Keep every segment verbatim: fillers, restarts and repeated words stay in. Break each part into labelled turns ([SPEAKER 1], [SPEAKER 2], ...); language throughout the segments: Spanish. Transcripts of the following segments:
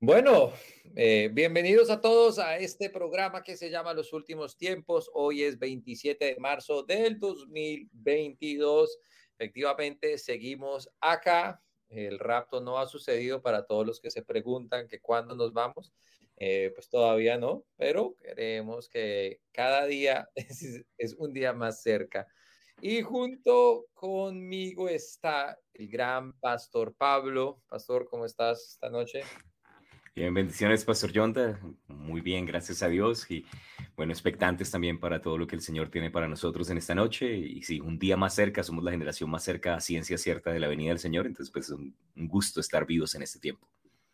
[SPEAKER 1] Bueno, eh, bienvenidos a todos a este programa que se llama Los Últimos Tiempos. Hoy es veintisiete de marzo del dos mil veintidós. Efectivamente, seguimos acá. El rapto no ha sucedido para todos los que se preguntan que cuándo nos vamos. Eh, pues todavía no, pero creemos que cada día es, es un día más cerca. Y junto conmigo está el gran Pastor Pablo. Pastor, ¿cómo estás esta noche?
[SPEAKER 2] Bien, bendiciones, Pastor Yonda. Muy bien, gracias a Dios. Y bueno, expectantes también para todo lo que el Señor tiene para nosotros en esta noche. Y sí, un día más cerca, somos la generación más cerca a ciencia cierta de la venida del Señor. Entonces, pues es un, un gusto estar vivos en este tiempo.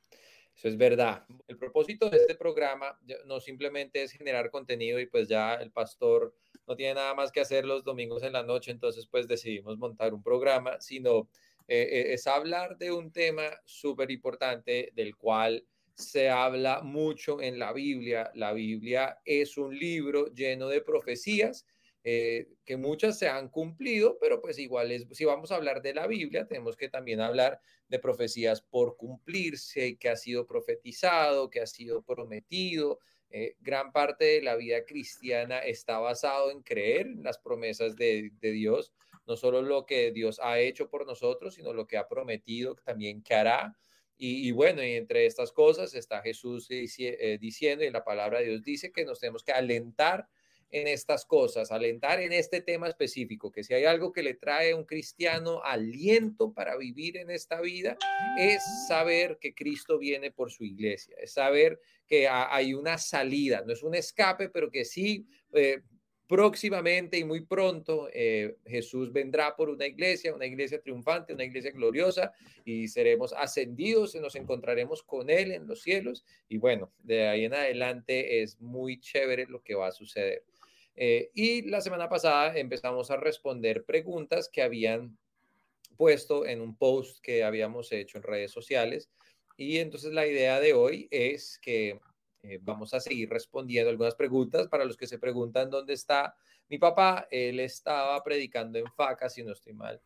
[SPEAKER 1] Eso es verdad. El propósito de este programa no simplemente es generar contenido y pues ya el pastor no tiene nada más que hacer los domingos en la noche, entonces pues decidimos montar un programa, sino eh, es hablar de un tema súper importante del cual se habla mucho en la Biblia. La Biblia es un libro lleno de profecías eh, que muchas se han cumplido, pero pues igual es, si vamos a hablar de la Biblia, tenemos que también hablar de profecías por cumplirse, que ha sido profetizado, que ha sido prometido. Eh, gran parte de la vida cristiana está basado en creer en las promesas de, de Dios, no solo lo que Dios ha hecho por nosotros, sino lo que ha prometido también que hará. Y, y bueno, y entre estas cosas está Jesús eh, diciendo, y la palabra de Dios dice que nos tenemos que alentar en estas cosas, alentar en este tema específico, que si hay algo que le trae a un cristiano aliento para vivir en esta vida, es saber que Cristo viene por su iglesia, es saber que hay una salida, no es un escape, pero que sí, eh, próximamente y muy pronto eh, Jesús vendrá por una iglesia, una iglesia triunfante, una iglesia gloriosa, y seremos ascendidos y nos encontraremos con Él en los cielos. Y bueno, de ahí en adelante es muy chévere lo que va a suceder. Eh, y la semana pasada empezamos a responder preguntas que habían puesto en un post que habíamos hecho en redes sociales. Y entonces la idea de hoy es que eh, vamos a seguir respondiendo algunas preguntas. Para los que se preguntan dónde está mi papá, él estaba predicando en Faca, si no estoy mal,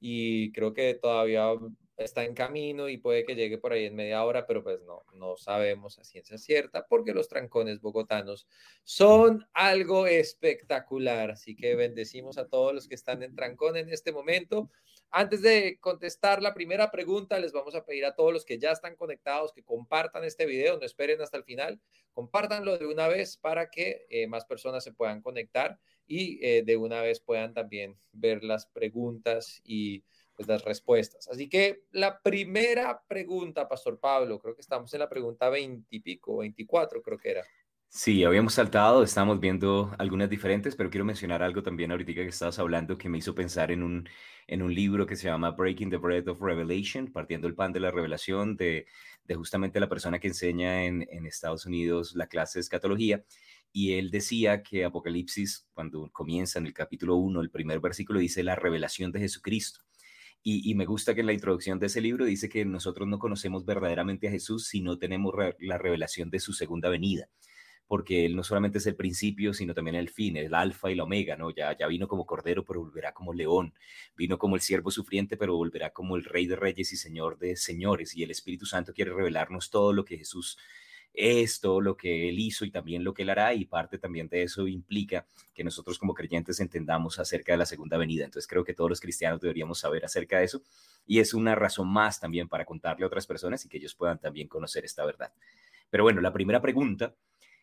[SPEAKER 1] y creo que todavía está en camino y puede que llegue por ahí en media hora, pero pues no, no sabemos a ciencia cierta porque los trancones bogotanos son algo espectacular. Así que bendecimos a todos los que están en trancón en este momento. Antes de contestar la primera pregunta, les vamos a pedir a todos los que ya están conectados que compartan este video, no esperen hasta el final, compártanlo de una vez para que eh, más personas se puedan conectar y eh, de una vez puedan también ver las preguntas y pues, las respuestas. Así que la primera pregunta, Pastor Pablo, creo que estamos en la pregunta veinte y pico, veinticuatro creo que era.
[SPEAKER 2] Sí, habíamos saltado, estábamos viendo algunas diferentes, pero quiero mencionar algo también ahorita que estabas hablando que me hizo pensar en un, en un libro que se llama Breaking the Bread of Revelation, partiendo el pan de la revelación, de, de justamente la persona que enseña en, en Estados Unidos la clase de escatología. Y él decía que Apocalipsis, cuando comienza en el capítulo uno, el primer versículo, dice la revelación de Jesucristo. Y, y me gusta que en la introducción de ese libro dice que nosotros no conocemos verdaderamente a Jesús si no tenemos re- la revelación de su segunda venida, porque él no solamente es el principio, sino también el fin, el alfa y la omega, ¿no? Ya, ya vino como cordero, pero volverá como león, vino como el siervo sufriente, pero volverá como el rey de reyes y señor de señores, y el Espíritu Santo quiere revelarnos todo lo que Jesús es, todo lo que él hizo y también lo que él hará, y parte también de eso implica que nosotros como creyentes entendamos acerca de la segunda venida. Entonces creo que todos los cristianos deberíamos saber acerca de eso, y es una razón más también para contarle a otras personas y que ellos puedan también conocer esta verdad. Pero bueno, la primera pregunta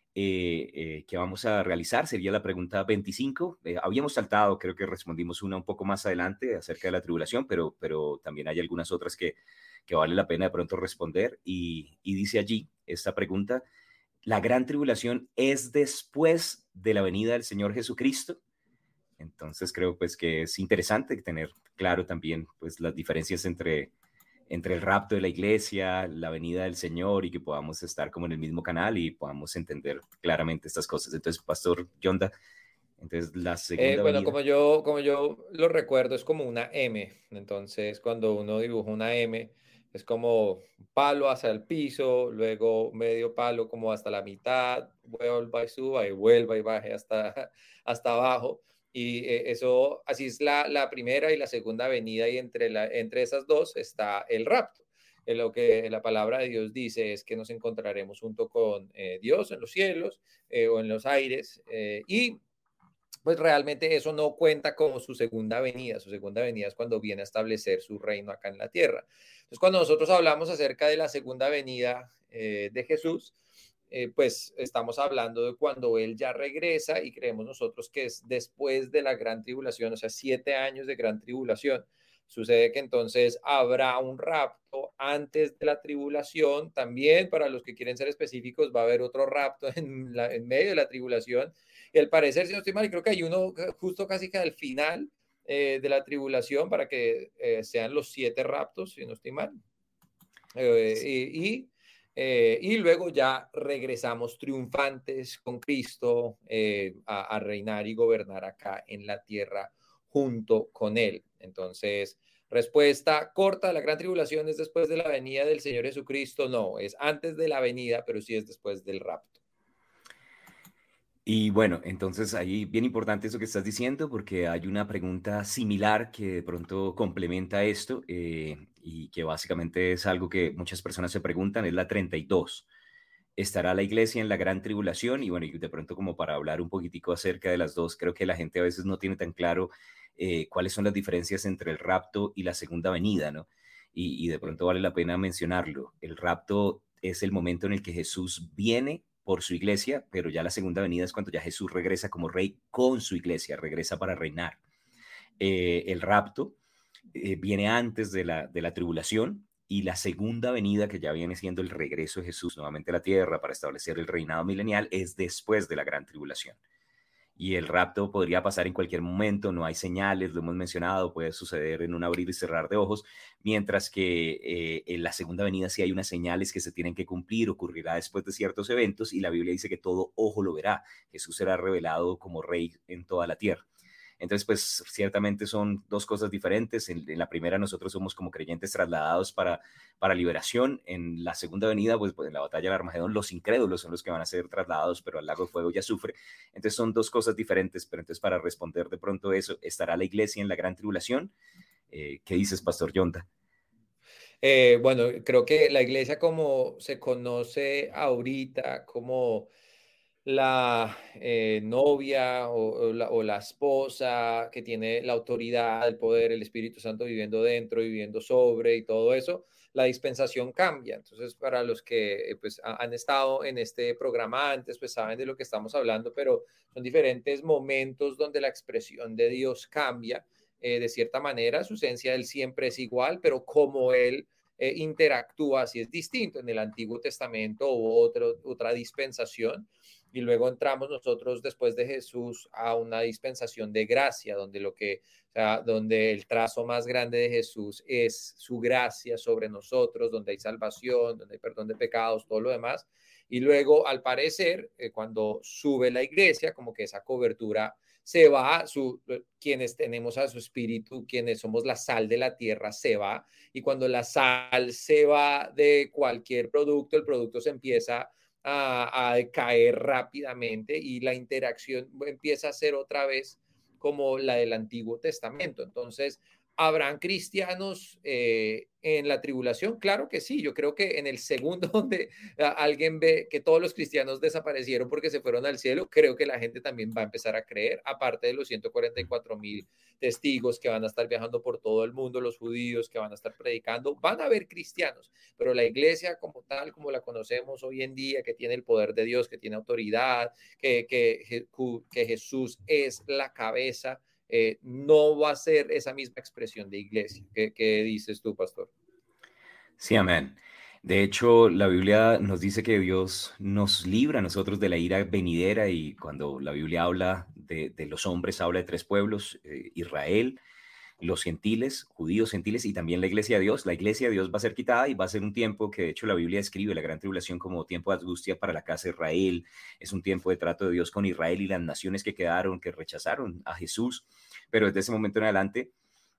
[SPEAKER 2] eh, eh, que vamos a realizar sería la pregunta veinticinco. Eh, habíamos saltado, creo que respondimos una un poco más adelante acerca de la tribulación, pero, pero también hay algunas otras que, que vale la pena de pronto responder. Y, y dice allí esta pregunta: ¿la gran tribulación es después de la venida del Señor Jesucristo? Entonces creo pues que es interesante tener claro también pues las diferencias entre entre el rapto de la iglesia, la venida del Señor, y que podamos estar como en el mismo canal y podamos entender claramente estas cosas. Entonces, Pastor Yonda, entonces la
[SPEAKER 1] Eh,
[SPEAKER 2] segunda
[SPEAKER 1] bueno,
[SPEAKER 2] venida.
[SPEAKER 1] como yo, como yo lo recuerdo, es como una M. Entonces, cuando uno dibuja una M, es como un palo hacia el piso, luego medio palo como hasta la mitad, vuelva y suba y vuelva y baje hasta, hasta abajo. Y eh, eso, así es la, la primera y la segunda venida, y entre, la, entre esas dos está el rapto. eh, lo que la palabra de Dios dice es que nos encontraremos junto con eh, Dios en los cielos eh, o en los aires eh, y pues realmente eso no cuenta como su segunda venida. Su segunda venida es cuando viene a establecer su reino acá en la tierra. Entonces, cuando nosotros hablamos acerca de la segunda venida eh, de Jesús, eh, pues estamos hablando de cuando Él ya regresa y creemos nosotros que es después de la gran tribulación, o sea, siete años de gran tribulación. Sucede que entonces habrá un rapto antes de la tribulación. También, para los que quieren ser específicos, va a haber otro rapto en, la, en medio de la tribulación. Y al parecer, si no estoy mal, creo que hay uno justo casi que al final eh, de la tribulación para que eh, sean los siete raptos, si no estoy mal. Eh, y, y, eh, y luego ya regresamos triunfantes con Cristo eh, a, a reinar y gobernar acá en la tierra junto con Él. Entonces, respuesta corta, la gran tribulación es después de la venida del Señor Jesucristo. No, es antes de la venida, pero sí es después del rapto.
[SPEAKER 2] Y bueno, entonces ahí bien importante eso que estás diciendo, porque hay una pregunta similar que de pronto complementa esto eh, y que básicamente es algo que muchas personas se preguntan, es la treinta y dos. ¿Estará la iglesia en la gran tribulación? Y bueno, y de pronto como para hablar un poquitico acerca de las dos, creo que la gente a veces no tiene tan claro eh, cuáles son las diferencias entre el rapto y la segunda venida, ¿no? Y, y de pronto vale la pena mencionarlo. El rapto es el momento en el que Jesús viene por su iglesia, pero ya la segunda venida es cuando ya Jesús regresa como rey con su iglesia, regresa para reinar. Eh, el rapto eh, viene antes de la, de la tribulación y la segunda venida, que ya viene siendo el regreso de Jesús nuevamente a la tierra para establecer el reinado milenial, es después de la gran tribulación. Y el rapto podría pasar en cualquier momento, no hay señales, lo hemos mencionado, puede suceder en un abrir y cerrar de ojos, mientras que eh, en la segunda venida sí hay unas señales que se tienen que cumplir, ocurrirá después de ciertos eventos y la Biblia dice que todo ojo lo verá, Jesús será revelado como rey en toda la tierra. Entonces, pues ciertamente son dos cosas diferentes. En, en la primera nosotros somos como creyentes trasladados para, para liberación. En la segunda venida, pues, pues en la batalla del Armagedón, los incrédulos son los que van a ser trasladados, pero al lago de fuego ya sufre. Entonces son dos cosas diferentes. Pero entonces para responder de pronto eso, ¿estará la iglesia en la gran tribulación? Eh, ¿Qué dices, Pastor Yonta?
[SPEAKER 1] Eh, bueno, creo que la iglesia como se conoce ahorita, como la eh, novia o, o, la, o la esposa que tiene la autoridad, el poder, el Espíritu Santo viviendo dentro, viviendo sobre y todo eso, la dispensación cambia. Entonces, para los que eh, pues, ha, han estado en este programa antes, pues saben de lo que estamos hablando, pero son diferentes momentos donde la expresión de Dios cambia. Eh, de cierta manera, su esencia él siempre es igual, pero como él eh, interactúa, si es distinto en el Antiguo Testamento u otro, otra dispensación. Y luego entramos nosotros después de Jesús a una dispensación de gracia, donde lo que, o sea, donde el trazo más grande de Jesús es su gracia sobre nosotros, donde hay salvación, donde hay perdón de pecados, todo lo demás. Y luego, al parecer, eh, cuando sube la iglesia, como que esa cobertura se va, su, quienes tenemos a su espíritu, quienes somos la sal de la tierra, se va. Y cuando la sal se va de cualquier producto, el producto se empieza a, a caer rápidamente y la interacción empieza a ser otra vez como la del Antiguo Testamento. Entonces, ¿habrán cristianos eh, en la tribulación? Claro que sí. Yo creo que en el segundo donde alguien ve que todos los cristianos desaparecieron porque se fueron al cielo, creo que la gente también va a empezar a creer, aparte de los ciento cuarenta y cuatro mil testigos que van a estar viajando por todo el mundo, los judíos que van a estar predicando, van a haber cristianos, pero la iglesia como tal, como la conocemos hoy en día, que tiene el poder de Dios, que tiene autoridad, que, que, que Jesús es la cabeza, Eh, no va a ser esa misma expresión de iglesia. ¿Qué, qué dices tú, pastor?
[SPEAKER 2] Sí, amén. De hecho, la Biblia nos dice que Dios nos libra a nosotros de la ira venidera y cuando la Biblia habla de, de los hombres, habla de tres pueblos, eh, Israel, los gentiles, judíos, gentiles y también la iglesia de Dios. La iglesia de Dios va a ser quitada y va a ser un tiempo que de hecho la Biblia describe la gran tribulación como tiempo de angustia para la casa de Israel. Es un tiempo de trato de Dios con Israel y las naciones que quedaron, que rechazaron a Jesús. Pero desde ese momento en adelante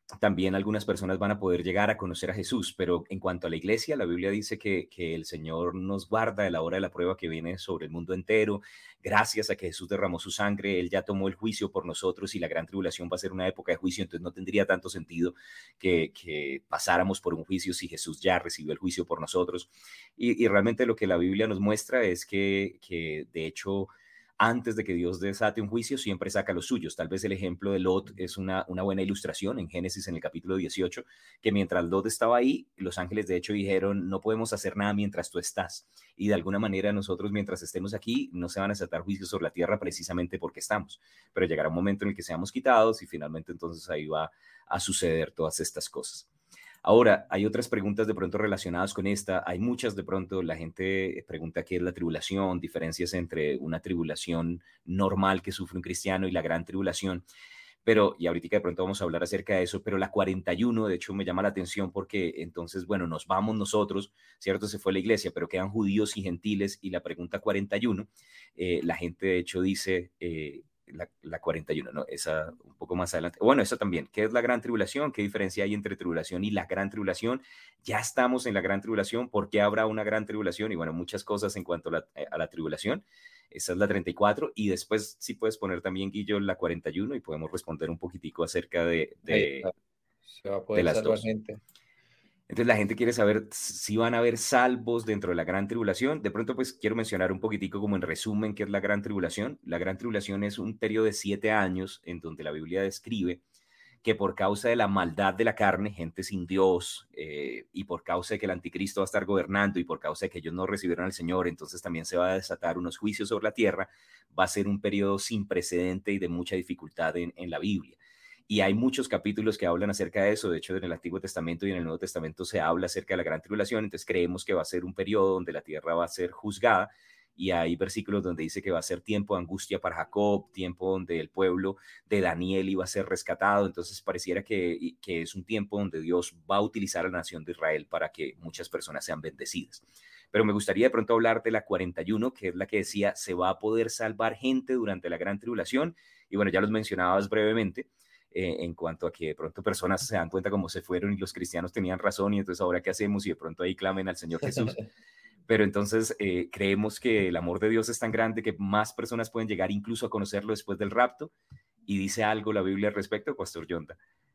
[SPEAKER 2] también algunas personas van a poder llegar a conocer a Jesús, pero en cuanto a la iglesia, la Biblia dice que, que el Señor nos guarda de la hora de la prueba que viene sobre el mundo entero. Gracias a que Jesús derramó su sangre, Él ya tomó el juicio por nosotros y la gran tribulación va a ser una época de juicio, entonces no tendría tanto sentido que, que pasáramos por un juicio si Jesús ya recibió el juicio por nosotros. Y, y realmente lo que la Biblia nos muestra es que, que de hecho, antes de que Dios desate un juicio, siempre saca los suyos. Tal vez el ejemplo de Lot es una, una buena ilustración en Génesis, en el capítulo dieciocho, que mientras Lot estaba ahí, los ángeles de hecho dijeron, no podemos hacer nada mientras tú estás. Y de alguna manera nosotros, mientras estemos aquí, no se van a desatar juicios sobre la tierra precisamente porque estamos. Pero llegará un momento en el que seamos quitados y finalmente entonces ahí va a suceder todas estas cosas. Ahora, hay otras preguntas de pronto relacionadas con esta. Hay muchas de pronto. La gente pregunta qué es la tribulación, diferencias entre una tribulación normal que sufre un cristiano y la gran tribulación. Pero, y ahorita de pronto vamos a hablar acerca de eso, pero la cuarenta y uno, de hecho, me llama la atención porque entonces, bueno, nos vamos nosotros, ¿cierto? Se fue la iglesia, pero quedan judíos y gentiles. Y la pregunta cuarenta y uno, eh, la gente de hecho dice... Eh, La, la cuarenta y uno, ¿no? Esa un poco más adelante. Bueno, eso también. ¿Qué es la gran tribulación? ¿Qué diferencia hay entre tribulación y la gran tribulación? Ya estamos en la gran tribulación. ¿Por qué habrá una gran tribulación? Y bueno, muchas cosas en cuanto a la, a la tribulación. Esa es la treinta y cuatro. Y después sí puedes poner también, Guillo, la cuarenta y uno y podemos responder un poquitico acerca de,
[SPEAKER 1] Ahí
[SPEAKER 2] de,
[SPEAKER 1] está. Se va a
[SPEAKER 2] de
[SPEAKER 1] poder
[SPEAKER 2] las
[SPEAKER 1] salvar
[SPEAKER 2] dos.
[SPEAKER 1] gente.
[SPEAKER 2] Entonces la gente quiere saber si van a haber salvos dentro de la gran tribulación. De pronto, pues quiero mencionar un poquitico como en resumen qué es la gran tribulación. La gran tribulación es un periodo de siete años en donde la Biblia describe que por causa de la maldad de la carne, gente sin Dios, eh, y por causa de que el anticristo va a estar gobernando y por causa de que ellos no recibieron al Señor, entonces también se va a desatar unos juicios sobre la tierra. Va a ser un periodo sin precedente y de mucha dificultad en, en la Biblia. Y hay muchos capítulos que hablan acerca de eso. De hecho, en el Antiguo Testamento y en el Nuevo Testamento se habla acerca de la gran tribulación. Entonces creemos que va a ser un periodo donde la tierra va a ser juzgada. Y hay versículos donde dice que va a ser tiempo de angustia para Jacob, tiempo donde el pueblo de Daniel iba a ser rescatado. Entonces pareciera que, que es un tiempo donde Dios va a utilizar a la nación de Israel para que muchas personas sean bendecidas. Pero me gustaría de pronto hablar de la cuarenta y uno, que es la que decía, se va a poder salvar gente durante la gran tribulación. Y bueno, ya los mencionabas brevemente. Eh, en cuanto a que de pronto personas se dan cuenta cómo se fueron y los cristianos tenían razón y entonces ahora qué hacemos y de pronto ahí clamen al Señor Jesús. Pero entonces eh, creemos que el amor de Dios es tan grande que más personas pueden llegar incluso a conocerlo después del rapto. Y dice algo la Biblia al respecto, Pastor Yonta.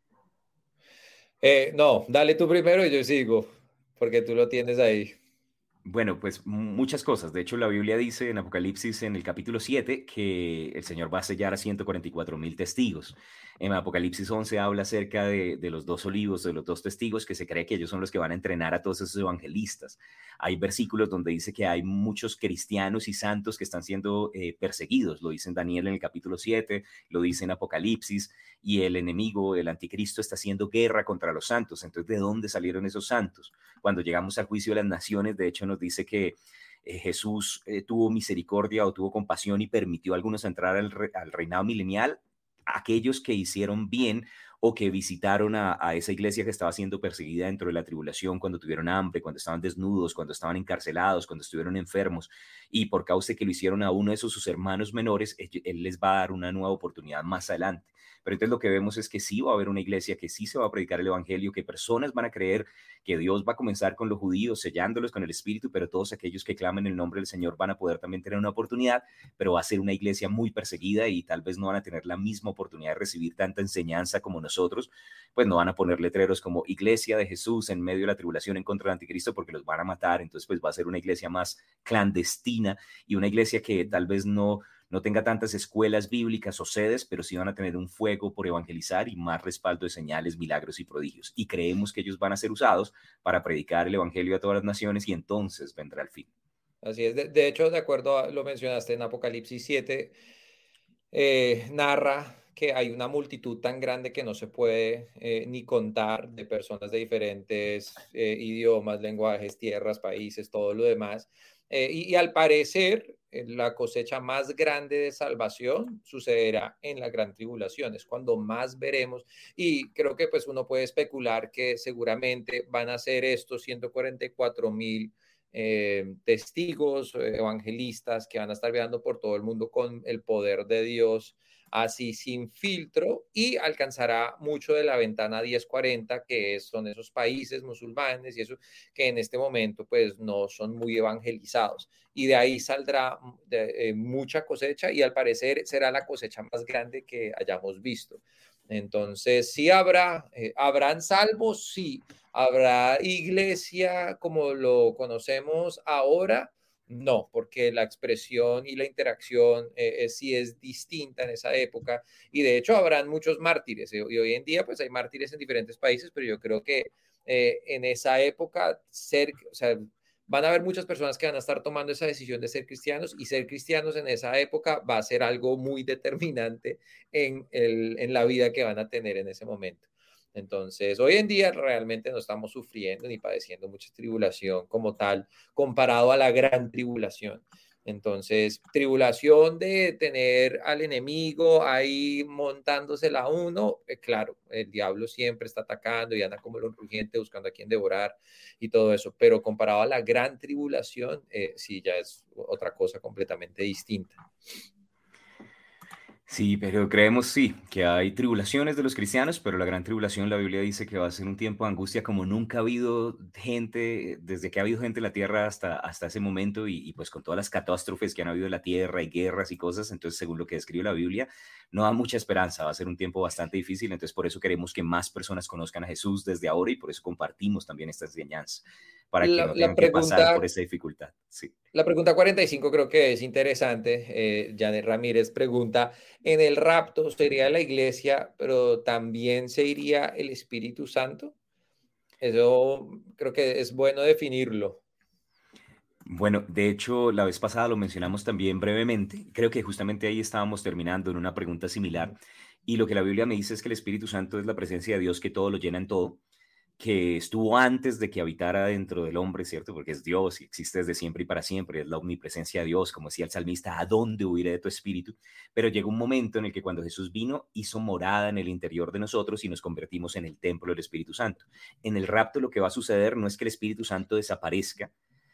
[SPEAKER 1] Eh, no, dale tú primero y yo sigo, porque tú lo tienes ahí.
[SPEAKER 2] Bueno, pues muchas cosas. De hecho, la Biblia dice en Apocalipsis, en el capítulo siete, que el Señor va a sellar a ciento cuarenta y cuatro mil testigos. En Apocalipsis once habla acerca de, de los dos olivos, de los dos testigos, que se cree que ellos son los que van a entrenar a todos esos evangelistas. Hay versículos donde dice que hay muchos cristianos y santos que están siendo eh, perseguidos. Lo dice en Daniel en el capítulo siete, lo dice en Apocalipsis, y el enemigo, el anticristo, está haciendo guerra contra los santos. Entonces, ¿de dónde salieron esos santos? Cuando llegamos al juicio de las naciones, de hecho, nos dice que eh, Jesús eh, tuvo misericordia o tuvo compasión y permitió a algunos entrar al, re, al reinado milenial, aquellos que hicieron bien o que visitaron a, a esa iglesia que estaba siendo perseguida dentro de la tribulación, cuando tuvieron hambre, cuando estaban desnudos, cuando estaban encarcelados, cuando estuvieron enfermos, y por causa de que lo hicieron a uno de esos sus hermanos menores, él, él les va a dar una nueva oportunidad más adelante. Pero entonces lo que vemos es que sí va a haber una iglesia, que sí se va a predicar el evangelio, que personas van a creer, que Dios va a comenzar con los judíos, sellándolos con el Espíritu, pero todos aquellos que clamen el nombre del Señor van a poder también tener una oportunidad, pero va a ser una iglesia muy perseguida y tal vez no van a tener la misma oportunidad de recibir tanta enseñanza como nosotros, pues no van a poner letreros como Iglesia de Jesús en medio de la tribulación en contra del anticristo porque los van a matar. Entonces pues va a ser una iglesia más clandestina y una iglesia que tal vez no no tenga tantas escuelas bíblicas o sedes, pero sí van a tener un fuego por evangelizar y más respaldo de señales, milagros y prodigios. Y creemos que ellos van a ser usados para predicar el evangelio a todas las naciones y entonces vendrá el fin.
[SPEAKER 1] Así es. De, de hecho, de acuerdo a lo mencionaste en Apocalipsis siete, eh, narra que hay una multitud tan grande que no se puede eh, ni contar, de personas de diferentes eh, idiomas, lenguajes, tierras, países, todo lo demás. Eh, y, y al parecer, eh, la cosecha más grande de salvación sucederá en la gran tribulación, es cuando más veremos. Y creo que pues uno puede especular que seguramente van a ser estos ciento cuarenta y cuatro mil eh, testigos, eh, evangelistas que van a estar viajando por todo el mundo con el poder de Dios, así sin filtro, y alcanzará mucho de la ventana diez cuarenta, que es, son esos países musulmanes y eso que en este momento pues no son muy evangelizados. Y de ahí saldrá de, eh, mucha cosecha, y al parecer será la cosecha más grande que hayamos visto. Entonces, sí habrá, eh, ¿habrán salvos? Sí. ¿Habrá iglesia como lo conocemos ahora? No, porque la expresión y la interacción eh, eh, sí es distinta en esa época, y de hecho habrán muchos mártires, eh, y hoy en día pues hay mártires en diferentes países, pero yo creo que eh, en esa época ser, o sea, van a haber muchas personas que van a estar tomando esa decisión de ser cristianos, y ser cristianos en esa época va a ser algo muy determinante en, el, en la vida que van a tener en ese momento. Entonces, hoy en día realmente no estamos sufriendo ni padeciendo mucha tribulación como tal, comparado a la gran tribulación. Entonces, tribulación de tener al enemigo ahí montándosela a uno, eh, claro, el diablo siempre está atacando y anda como el rugiente buscando a quien devorar y todo eso, pero comparado a la gran tribulación, eh, sí, ya es otra cosa completamente distinta.
[SPEAKER 2] Sí, pero creemos sí, que hay tribulaciones de los cristianos, pero la gran tribulación, la Biblia dice que va a ser un tiempo de angustia como nunca ha habido gente, desde que ha habido gente en la tierra hasta, hasta ese momento, y, y pues con todas las catástrofes que han habido en la tierra y guerras y cosas. Entonces, según lo que describe la Biblia, no da mucha esperanza, va a ser un tiempo bastante difícil. Entonces, por eso queremos que más personas conozcan a Jesús desde ahora, y por eso compartimos también esta enseñanza, para que
[SPEAKER 1] La,
[SPEAKER 2] no
[SPEAKER 1] la
[SPEAKER 2] tengan que pasar por
[SPEAKER 1] pregunta
[SPEAKER 2] esa dificultad. Sí.
[SPEAKER 1] La pregunta cuarenta y cinco creo que es interesante. Eh, Janet Ramírez pregunta, ¿en el rapto se iría la iglesia, pero también se iría el Espíritu Santo? Eso creo que es bueno definirlo.
[SPEAKER 2] Bueno, de hecho, la vez pasada lo mencionamos también brevemente. Creo que justamente ahí estábamos terminando en una pregunta similar. Y lo que la Biblia me dice es que el Espíritu Santo es la presencia de Dios que todo lo llena en todo, que estuvo antes de que habitara dentro del hombre, ¿cierto? Porque es Dios y existe desde siempre y para siempre, es la omnipresencia de Dios, como decía el salmista, ¿a dónde huiré de tu espíritu? Pero llegó un momento en el que cuando Jesús vino, hizo morada en el interior de nosotros y nos convertimos en el templo del Espíritu Santo. En el rapto lo que va a suceder no es que el Espíritu Santo desaparezca,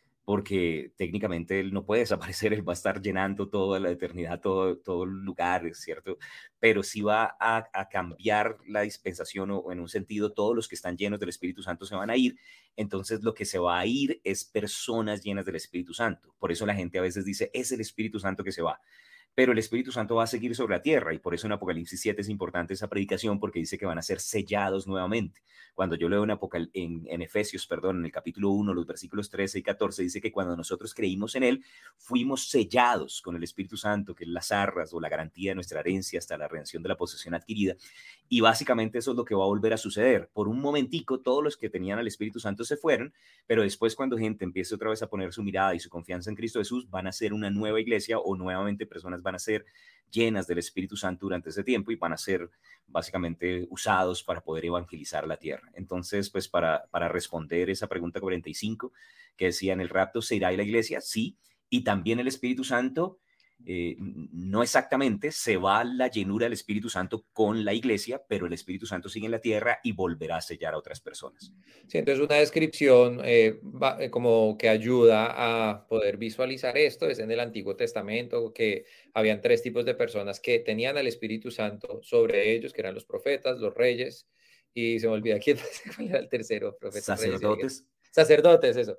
[SPEAKER 2] porque técnicamente él no puede desaparecer, él va a estar llenando toda la eternidad, todo, todo el lugar, ¿cierto? Pero sí va a, a cambiar la dispensación, o, o en un sentido, todos los que están llenos del Espíritu Santo se van a ir. Entonces lo que se va a ir es personas llenas del Espíritu Santo. Por eso la gente a veces dice, es el Espíritu Santo que se va. Pero el Espíritu Santo va a seguir sobre la tierra, y por eso en Apocalipsis siete es importante esa predicación, porque dice que van a ser sellados nuevamente. Cuando yo leo en, Apocal en, en Efesios, perdón, en el capítulo uno, los versículos trece y catorce, dice que cuando nosotros creímos en Él, fuimos sellados con el Espíritu Santo, que es las arras o la garantía de nuestra herencia hasta la redención de la posesión adquirida. Y básicamente eso es lo que va a volver a suceder. Por un momentico, todos los que tenían al Espíritu Santo se fueron, pero después, cuando gente empiece otra vez a poner su mirada y su confianza en Cristo Jesús, van a ser una nueva iglesia, o nuevamente personas van a ser llenas del Espíritu Santo durante ese tiempo, y van a ser básicamente usados para poder evangelizar la tierra. Entonces, pues para, para responder esa pregunta cuarenta y cinco, que decía, ¿en el rapto se irá a la iglesia? Sí, y también el Espíritu Santo, eh, no exactamente, se va la llenura del Espíritu Santo con la iglesia, pero el Espíritu Santo sigue en la tierra y volverá a sellar a otras personas.
[SPEAKER 1] Sí, entonces una descripción eh, va, eh, como que ayuda a poder visualizar esto es en el Antiguo Testamento, que habían tres tipos de personas que tenían al Espíritu Santo sobre ellos, que eran los profetas, los reyes, y se me olvida quién cuál era el tercero, profetas, reyes y
[SPEAKER 2] Sacerdotes.
[SPEAKER 1] sacerdotes, eso.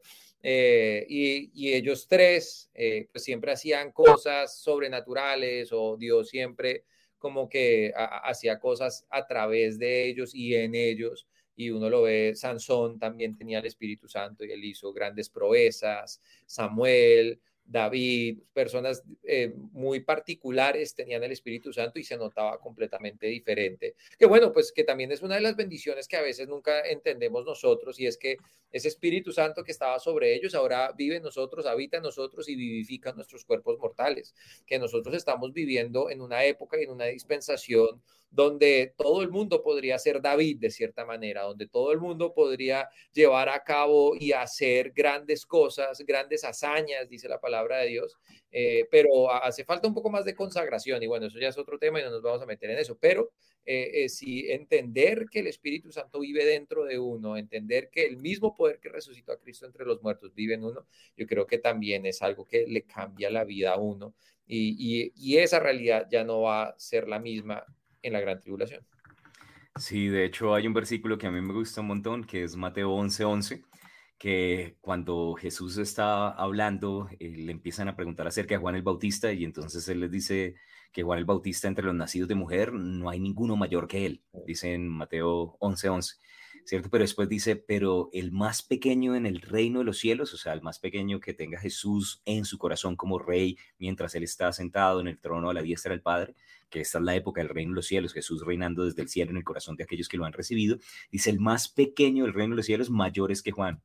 [SPEAKER 1] Eh, y, y, ellos tres eh, pues siempre hacían cosas sobrenaturales, o Dios siempre como que hacía cosas a través de ellos y en ellos. Y uno lo ve, Sansón también tenía el Espíritu Santo y él hizo grandes proezas, Samuel, David, personas eh, muy particulares tenían el Espíritu Santo y se notaba completamente diferente. Que bueno, pues que también es una de las bendiciones que a veces nunca entendemos nosotros, y es que ese Espíritu Santo que estaba sobre ellos ahora vive en nosotros, habita en nosotros y vivifica nuestros cuerpos mortales, que nosotros estamos viviendo en una época y en una dispensación donde todo el mundo podría ser David de cierta manera, donde todo el mundo podría llevar a cabo y hacer grandes cosas, grandes hazañas, dice la palabra de Dios, eh, pero hace falta un poco más de consagración y bueno, eso ya es otro tema y no nos vamos a meter en eso, pero eh, eh, sí entender que el Espíritu Santo vive dentro de uno, entender que el mismo poder que resucitó a Cristo entre los muertos vive en uno, yo creo que también es algo que le cambia la vida a uno y, y, y esa realidad ya no va a ser la misma en la gran tribulación.
[SPEAKER 2] Sí, de hecho hay un versículo que a mí me gusta un montón, que es Mateo once once, que cuando Jesús está hablando, eh, le empiezan a preguntar acerca de Juan el Bautista y entonces él les dice que Juan el Bautista entre los nacidos de mujer no hay ninguno mayor que él, dice en Mateo once once, ¿cierto? Pero después dice, pero el más pequeño en el reino de los cielos, o sea, el más pequeño que tenga Jesús en su corazón como rey mientras él está sentado en el trono a la diestra del Padre, que esta es la época del reino de los cielos, Jesús reinando desde el cielo en el corazón de aquellos que lo han recibido, dice, el más pequeño del reino de los cielos mayores que Juan.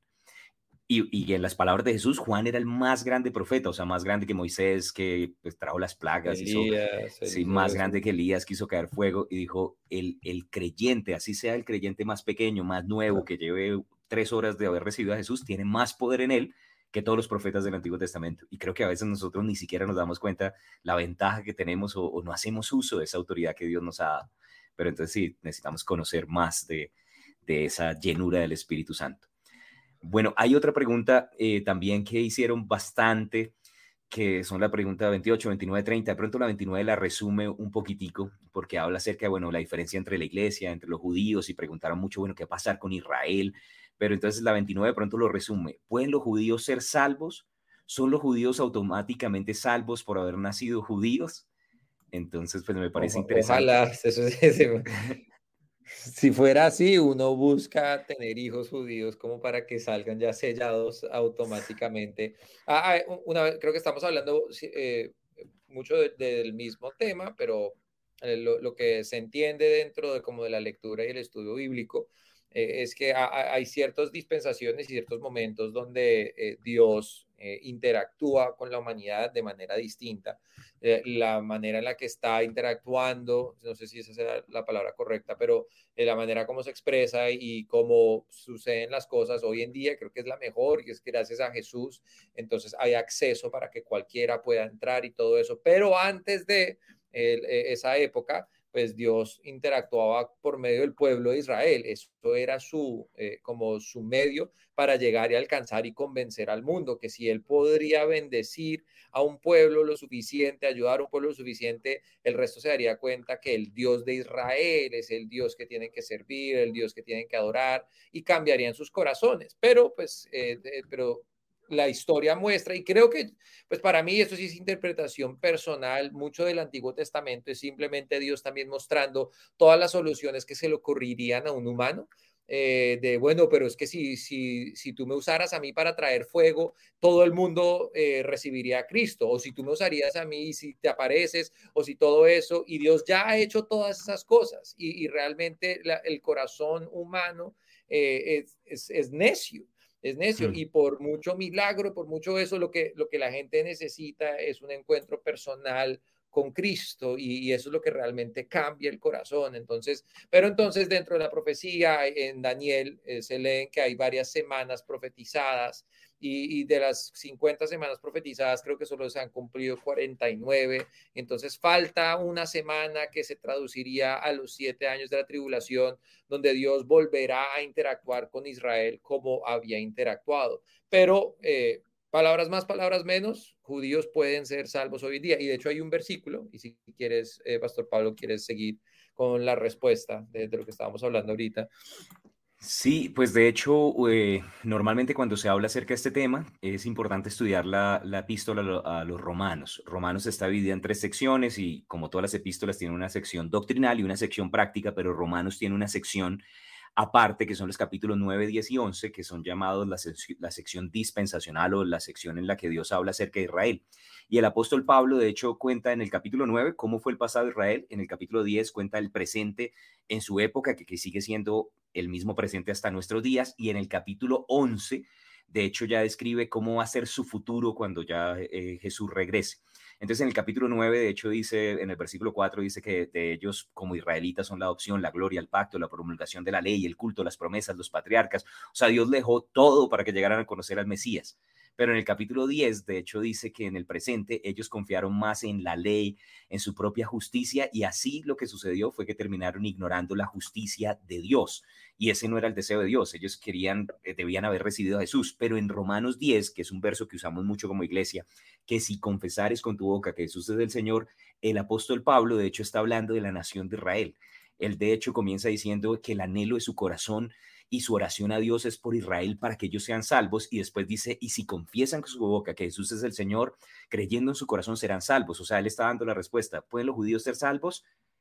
[SPEAKER 2] Y, y en las palabras de Jesús, Juan era el más grande profeta, o sea, más grande que Moisés, que pues, trajo las plagas, hizo,
[SPEAKER 1] Elías,
[SPEAKER 2] sí,
[SPEAKER 1] el,
[SPEAKER 2] más
[SPEAKER 1] eso.
[SPEAKER 2] grande que Elías, que hizo caer fuego, y dijo, el, el creyente, así sea el creyente más pequeño, más nuevo, que lleve tres horas de haber recibido a Jesús, tiene más poder en él que todos los profetas del Antiguo Testamento. Y creo que a veces nosotros ni siquiera nos damos cuenta la ventaja que tenemos o, o no hacemos uso de esa autoridad que Dios nos ha dado. Pero entonces sí, necesitamos conocer más de, de esa llenura del Espíritu Santo. Bueno, hay otra pregunta eh, también que hicieron bastante, que son la pregunta veintiocho, veintinueve, treinta. De pronto la veintinueve la resume un poquitico, porque habla acerca de, bueno, la diferencia entre la iglesia, entre los judíos, y preguntaron mucho, bueno, ¿qué va a pasar con Israel? Pero entonces la veintinueve de pronto lo resume. ¿Pueden los judíos ser salvos? ¿Son los judíos automáticamente salvos por haber nacido judíos? Entonces, pues me parece
[SPEAKER 1] O,
[SPEAKER 2] interesante.
[SPEAKER 1] ojalá, eso es, eso, si fuera así, uno busca tener hijos judíos como para que salgan ya sellados automáticamente. Ah, ah, una vez, creo que estamos hablando eh, mucho de, del mismo tema, pero eh, lo, lo, que se entiende dentro de como de la lectura y el estudio bíblico eh, es que ha, hay ciertas dispensaciones y ciertos momentos donde eh, Dios eh, interactúa con la humanidad de manera distinta. Eh, la manera en la que está interactuando, no sé si esa es la palabra correcta, pero eh, la manera como se expresa y cómo suceden las cosas hoy en día, creo que es la mejor y es que gracias a Jesús, entonces hay acceso para que cualquiera pueda entrar y todo eso. Pero antes de eh, esa época, pues Dios interactuaba por medio del pueblo de Israel. Eso era su, eh, como su medio para llegar y alcanzar y convencer al mundo que si él podría bendecir a un pueblo lo suficiente, ayudar a un pueblo lo suficiente, el resto se daría cuenta que el Dios de Israel es el Dios que tienen que servir, el Dios que tienen que adorar y cambiarían sus corazones. Pero pues, eh, eh, pero la historia muestra, y creo que, pues para mí esto sí es interpretación personal, mucho del Antiguo Testamento es simplemente Dios también mostrando todas las soluciones que se le ocurrirían a un humano, eh, de bueno, pero es que si, si, si tú me usaras a mí para traer fuego, todo el mundo eh, recibiría a Cristo, o si tú me usarías a mí, si te apareces, o si todo eso, y Dios ya ha hecho todas esas cosas, y, y realmente la, el corazón humano eh, es, es, es necio. Es necio y por mucho milagro, por mucho eso, lo que, lo que la gente necesita es un encuentro personal con Cristo y, y, eso es lo que realmente cambia el corazón. Entonces, pero entonces dentro de la profecía en Daniel eh, se leen que hay varias semanas profetizadas y, y de las cincuenta semanas profetizadas creo que solo se han cumplido cuarenta y nueve. Entonces falta una semana que se traduciría a los siete años de la tribulación, donde Dios volverá a interactuar con Israel como había interactuado. Pero eh, palabras más, palabras menos, judíos pueden ser salvos hoy en día. Y de hecho hay un versículo, y si quieres, eh, Pastor Pablo, quieres seguir con la respuesta de, de lo que estábamos hablando ahorita.
[SPEAKER 2] Sí, pues de hecho, eh, normalmente cuando se habla acerca de este tema, es importante estudiar la, la epístola a, lo, a los romanos. Romanos está dividida en tres secciones y como todas las epístolas tiene una sección doctrinal y una sección práctica, pero Romanos tiene una sección aparte, que son los capítulos nueve, diez y once, que son llamados la, sec la sección dispensacional o la sección en la que Dios habla acerca de Israel. Y el apóstol Pablo, de hecho, cuenta en el capítulo nueve cómo fue el pasado de Israel, en el capítulo diez cuenta el presente en su época, que, que sigue siendo el mismo presente hasta nuestros días, y en el capítulo once, de hecho, ya describe cómo va a ser su futuro cuando ya eh, Jesús regrese. Entonces en el capítulo nueve, de hecho, dice, en el versículo cuatro, dice que de ellos como israelitas son la adopción, la gloria, el pacto, la promulgación de la ley, el culto, las promesas, los patriarcas. O sea, Dios le dejó todo para que llegaran a conocer al Mesías. Pero en el capítulo diez, de hecho, dice que en el presente ellos confiaron más en la ley, en su propia justicia, y así lo que sucedió fue que terminaron ignorando la justicia de Dios. Y ese no era el deseo de Dios. Ellos querían, eh, debían haber recibido a Jesús. Pero en Romanos diez, que es un verso que usamos mucho como iglesia, que si confesares con tu boca que Jesús es el Señor, el apóstol Pablo, de hecho, está hablando de la nación de Israel. Él, de hecho, comienza diciendo que el anhelo de su corazón y su oración a Dios es por Israel para que ellos sean salvos, y después dice, y si confiesan con su boca que Jesús es el Señor, creyendo en su corazón serán salvos. O sea, él está dando la respuesta. ¿Pueden los judíos ser salvos?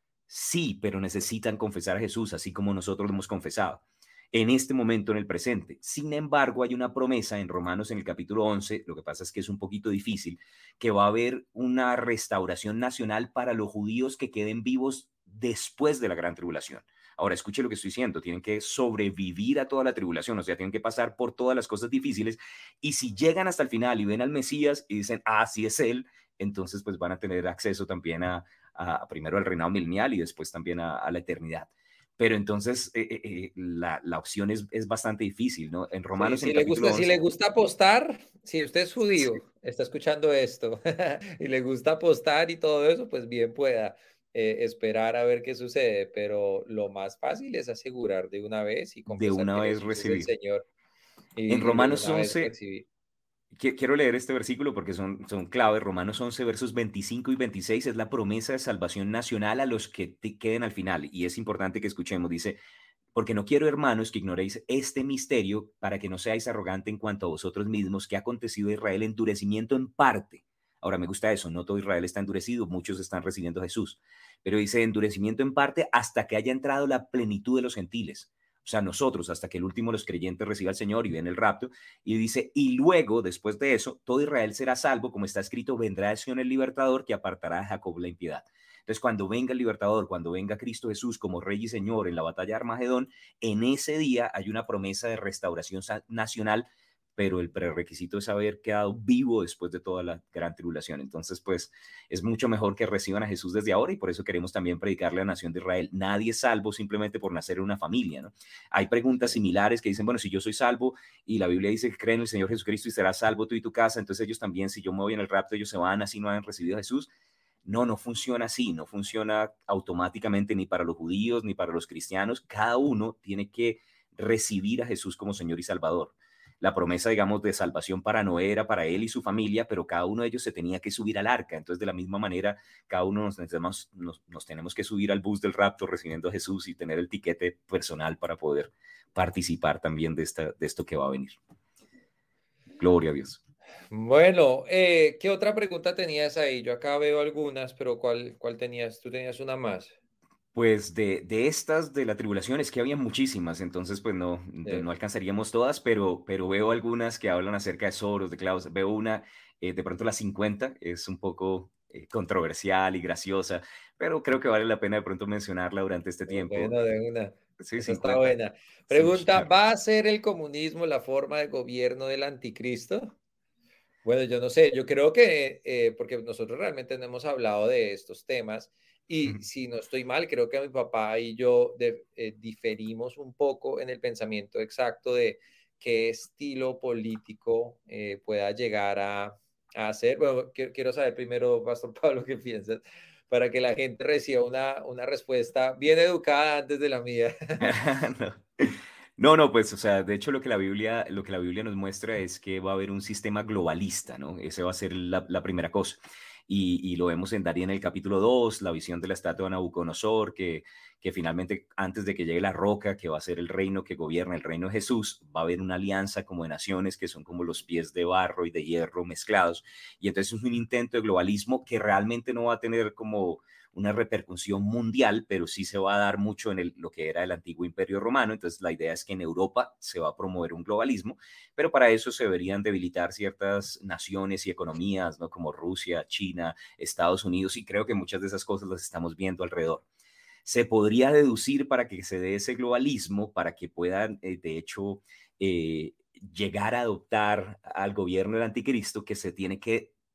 [SPEAKER 2] Sí, pero necesitan confesar a Jesús, así como nosotros lo hemos confesado en este momento, en el presente. Sin embargo, hay una promesa en Romanos en el capítulo once, lo que pasa es que es un poquito difícil, que va a haber una restauración nacional para los judíos que queden vivos después de la gran tribulación. Ahora, escuche lo que estoy diciendo, tienen que sobrevivir a toda la tribulación, o sea, tienen que pasar por todas las cosas difíciles, y si llegan hasta el final y ven al Mesías y dicen, ah, sí es él, entonces pues van a tener acceso también a, a primero al reinado milenial y después también a, a la eternidad. Pero entonces eh, eh, eh, la, la, opción es, es bastante difícil, ¿no? En
[SPEAKER 1] Sí,
[SPEAKER 2] Romanos, en
[SPEAKER 1] si
[SPEAKER 2] el
[SPEAKER 1] le gusta,
[SPEAKER 2] capítulo
[SPEAKER 1] si
[SPEAKER 2] once.
[SPEAKER 1] le gusta apostar, si usted es
[SPEAKER 2] Sí.
[SPEAKER 1] judío, está escuchando esto y le gusta apostar y todo eso, pues bien pueda eh, esperar a ver qué sucede, pero lo más fácil es asegurar de una vez y
[SPEAKER 2] De
[SPEAKER 1] confesar
[SPEAKER 2] una
[SPEAKER 1] que
[SPEAKER 2] vez
[SPEAKER 1] Jesús es el
[SPEAKER 2] recibir.
[SPEAKER 1] Señor
[SPEAKER 2] En
[SPEAKER 1] y, y de
[SPEAKER 2] Romanos
[SPEAKER 1] una vez
[SPEAKER 2] once,
[SPEAKER 1] recibir.
[SPEAKER 2] quiero leer este versículo porque son, son clave. Romanos once, versos veinticinco y veintiséis es la promesa de salvación nacional a los que te queden al final. Y es importante que escuchemos. Dice, porque no quiero, hermanos, que ignoréis este misterio para que no seáis arrogante en cuanto a vosotros mismos, que ha acontecido a Israel endurecimiento en parte. Ahora me gusta eso, no todo Israel está endurecido, muchos están recibiendo a Jesús, pero dice endurecimiento en parte hasta que haya entrado la plenitud de los gentiles. O sea, nosotros, hasta que el último de los creyentes reciba al Señor y ven el rapto, y dice, y luego, después de eso, todo Israel será salvo, como está escrito, vendrá de Sion el libertador que apartará a Jacob la impiedad. Entonces, cuando venga el libertador, cuando venga Cristo Jesús como Rey y Señor en la batalla de Armagedón, en ese día hay una promesa de restauración nacional, pero el prerequisito es haber quedado vivo después de toda la gran tribulación. Entonces, pues, es mucho mejor que reciban a Jesús desde ahora, y por eso queremos también predicarle a la nación de Israel. Nadie es salvo simplemente por nacer en una familia, ¿no? Hay preguntas similares que dicen, bueno, si yo soy salvo y la Biblia dice que creen en el Señor Jesucristo y serás salvo tú y tu casa, entonces ellos también, si yo me voy en el rapto, ellos se van así no han recibido a Jesús. No, no funciona así, no funciona automáticamente ni para los judíos ni para los cristianos. Cada uno tiene que recibir a Jesús como Señor y Salvador. La promesa, digamos, de salvación para Noé era para él y su familia, pero cada uno de ellos se tenía que subir al arca. Entonces, de la misma manera, cada uno nos, nos, nos, nos tenemos que subir al bus del rapto recibiendo a Jesús y tener el tiquete personal para poder participar también de, esta, de esto que va a venir. Gloria a Dios.
[SPEAKER 1] Bueno, eh, ¿qué otra pregunta tenías ahí? Yo acá veo algunas, pero ¿cuál, cuál tenías? Tú tenías una más.
[SPEAKER 2] Pues de, de estas de la tribulación es que había muchísimas, entonces pues no, de-
[SPEAKER 1] Sí.
[SPEAKER 2] no alcanzaríamos todas, pero, pero veo algunas que hablan acerca de Soros, de clavos. Veo una, eh, de pronto la cincuenta, es un poco eh, controversial y graciosa, pero creo que vale la pena de pronto mencionarla durante este tiempo.
[SPEAKER 1] Bueno, de una.
[SPEAKER 2] Sí,
[SPEAKER 1] Esa está
[SPEAKER 2] cincuenta.
[SPEAKER 1] buena.
[SPEAKER 2] Sí,
[SPEAKER 1] Pregunta,
[SPEAKER 2] claro.
[SPEAKER 1] ¿va a ser el comunismo la forma de gobierno del anticristo? Bueno, yo no sé, yo creo que, eh, porque nosotros realmente no hemos hablado de estos temas y si no estoy mal, creo que mi papá y yo de- eh, diferimos un poco en el pensamiento exacto de qué estilo político eh, pueda llegar a, a hacer. Bueno, quiero, quiero saber primero, Pastor Pablo, qué piensas, para que la gente reciba una, una respuesta bien educada antes de la mía.
[SPEAKER 2] No. No, no, pues, o sea, de hecho lo que la Biblia, lo que la Biblia nos muestra es que va a haber un sistema globalista, ¿no? Ese va a ser la, la primera cosa. Y, y lo vemos en Daniel en el capítulo dos, la visión de la estatua de Nabucodonosor, que, que finalmente antes de que llegue la roca, que va a ser el reino que gobierna, el reino de Jesús, va a haber una alianza como de naciones que son como los pies de barro y de hierro mezclados. Y entonces es un intento de globalismo que realmente no va a tener como una repercusión mundial, pero sí se va a dar mucho en el, lo que era el antiguo Imperio Romano. Entonces la idea es que en Europa se va a promover un globalismo, pero para eso se deberían debilitar ciertas naciones y economías, ¿no? Como Rusia, China, Estados Unidos, y creo que muchas de esas cosas las estamos viendo alrededor. Se podría deducir para que se dé ese globalismo, para que puedan, eh, de hecho, eh, llegar a adoptar al gobierno del anticristo, que se tiene que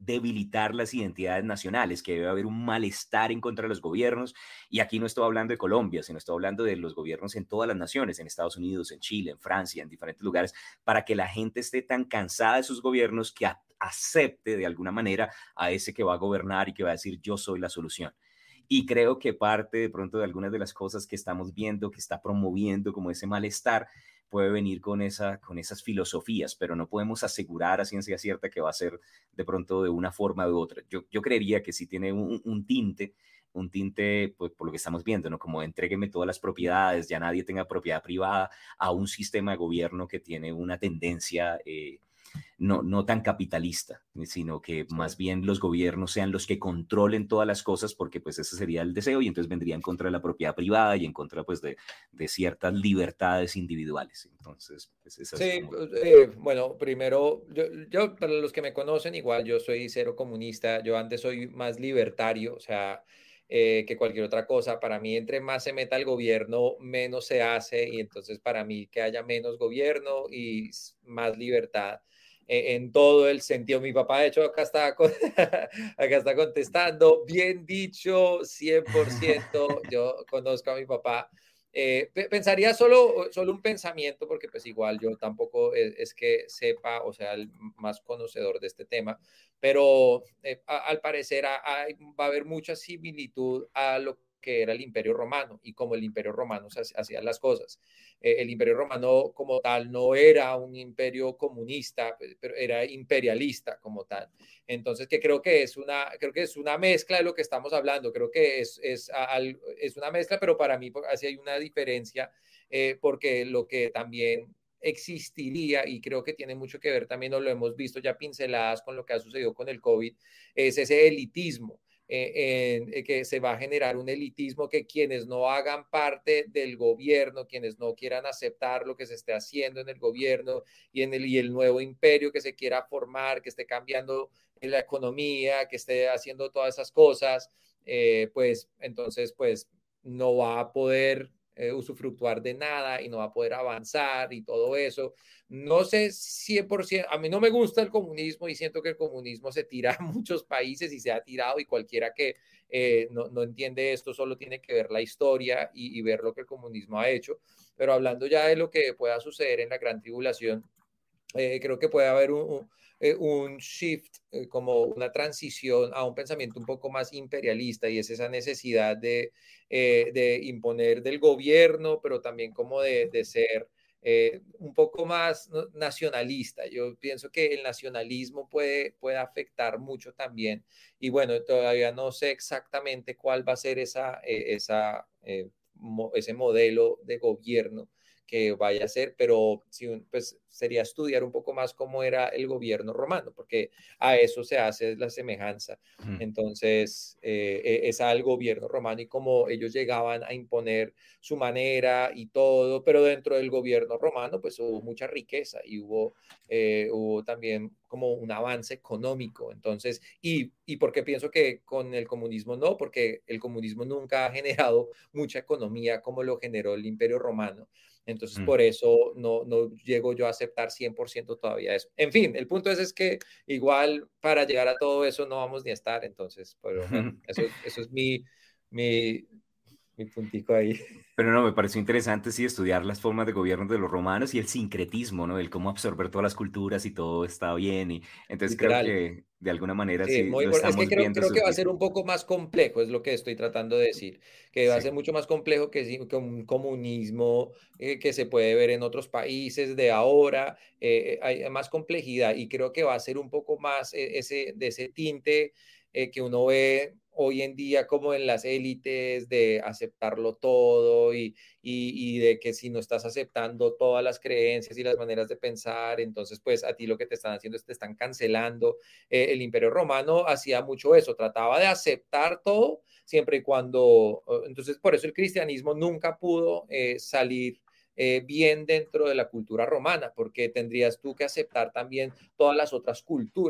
[SPEAKER 2] debilitar las identidades nacionales, que debe haber un malestar en contra de los gobiernos. Y aquí no estoy hablando de Colombia, sino estoy hablando de los gobiernos en todas las naciones, en Estados Unidos, en Chile, en Francia, en diferentes lugares, para que la gente esté tan cansada de sus gobiernos que a- acepte de alguna manera a ese que va a gobernar y que va a decir yo soy la solución. Y creo que parte de pronto de algunas de las cosas que estamos viendo, que está promoviendo como ese malestar, puede venir con, esa, con esas filosofías, pero no podemos asegurar a ciencia cierta que va a ser de pronto de una forma u otra. Yo, yo creería que sí tiene un, un tinte, un tinte, pues por lo que estamos viendo, ¿no? Como entrégueme todas las propiedades, ya nadie tenga propiedad privada, a un sistema de gobierno que tiene una tendencia eh, no, no tan capitalista, sino que más
[SPEAKER 1] Sí.
[SPEAKER 2] bien los gobiernos sean los que controlen todas las cosas, porque pues ese sería el deseo y entonces vendría en contra de la propiedad privada y en contra pues de, de ciertas libertades individuales. Entonces, pues esa es
[SPEAKER 1] Sí,
[SPEAKER 2] como...
[SPEAKER 1] eh, bueno, primero, yo, yo, para los que me conocen, igual yo soy cero comunista, yo antes soy más libertario, o sea, eh, que cualquier otra cosa. Para mí, entre más se meta el gobierno, menos se hace, y entonces para mí que haya menos gobierno y s- más libertad. eh, En todo el sentido, mi papá, de hecho, acá está, con- acá está contestando, bien dicho, cien por ciento, yo conozco a mi papá. Eh, pensaría solo, solo un pensamiento, porque pues igual yo tampoco es, es que sepa o sea el más conocedor de este tema, pero eh, a, al parecer a, a, va a haber mucha similitud a lo que era el Imperio Romano y como el Imperio Romano se hacía las cosas. Eh, el Imperio Romano como tal no era un imperio comunista, pero era imperialista como tal. Entonces, que creo que es una, creo que es una mezcla de lo que estamos hablando, creo que es, es, al, es una mezcla, pero para mí así hay una diferencia, eh, porque lo que también existiría, y creo que tiene mucho que ver también, o lo hemos visto ya pinceladas con lo que ha sucedido con el COVID, es ese elitismo. Eh, en, eh, que se va a generar un elitismo que quienes no hagan parte del gobierno, quienes no quieran aceptar lo que se esté haciendo en el gobierno y en el, y el nuevo imperio que se quiera formar, que esté cambiando en la economía, que esté haciendo todas esas cosas, eh, pues entonces pues no va a poder eh, usufructuar de nada y no va a poder avanzar y todo eso. No sé cien por ciento, a mí no me gusta el comunismo y siento que el comunismo se tira a muchos países y se ha tirado, y cualquiera que eh, no, no entiende esto solo tiene que ver la historia y, y ver lo que el comunismo ha hecho. Pero hablando ya de lo que pueda suceder en la gran tribulación, eh, creo que puede haber un, un, eh, un shift, eh, como una transición a un pensamiento un poco más imperialista, y es esa necesidad de, eh, de imponer del gobierno, pero también como de, de ser eh, un poco más nacionalista. Yo pienso que el nacionalismo puede, puede afectar mucho también, y bueno, todavía no sé exactamente cuál va a ser esa, eh, esa, eh, mo ese modelo de gobierno que vaya a ser, pero sí, pues sería estudiar un poco más cómo era el gobierno romano, porque a eso se hace la semejanza. Entonces, eh, es al gobierno romano y cómo ellos llegaban a imponer su manera y todo, pero dentro del gobierno romano, pues hubo mucha riqueza y hubo, eh, hubo también como un avance económico. Entonces, y, y porque pienso que con el comunismo no, porque el comunismo nunca ha generado mucha economía como lo generó el Imperio Romano. Entonces,
[SPEAKER 2] Mm.
[SPEAKER 1] por eso no, no llego yo a aceptar cien por ciento todavía eso. En fin, el punto es, es que igual para llegar a todo eso no vamos ni a estar. Entonces, pero bueno, eso, eso es mi, mi, mi puntico ahí.
[SPEAKER 2] Pero no, me pareció interesante, sí, estudiar las formas de gobierno de los romanos y el sincretismo, ¿no? El cómo absorber todas las culturas y todo está bien. Y entonces creo
[SPEAKER 1] Literal.
[SPEAKER 2] que de alguna manera
[SPEAKER 1] Sí,
[SPEAKER 2] sí
[SPEAKER 1] muy
[SPEAKER 2] lo
[SPEAKER 1] impor- es que
[SPEAKER 2] estamos
[SPEAKER 1] creo,
[SPEAKER 2] viendo
[SPEAKER 1] creo que va a
[SPEAKER 2] surgir.
[SPEAKER 1] ser un poco más complejo, es lo que estoy tratando de decir, que va a ser
[SPEAKER 2] Sí.
[SPEAKER 1] mucho más complejo que, si- que un comunismo eh, que se puede ver en otros países de ahora. Eh, hay más complejidad y creo que va a ser un poco más eh, ese, de ese tinte eh, que uno ve hoy en día como en las élites, de aceptarlo todo y, y, y de que si no estás aceptando todas las creencias y las maneras de pensar, entonces pues a ti lo que te están haciendo es te están cancelando. Eh, el Imperio Romano hacía mucho eso, trataba de aceptar todo siempre y cuando, eh, entonces por eso el cristianismo nunca pudo eh, salir eh, bien dentro de la cultura romana, porque tendrías tú que aceptar también todas las otras culturas.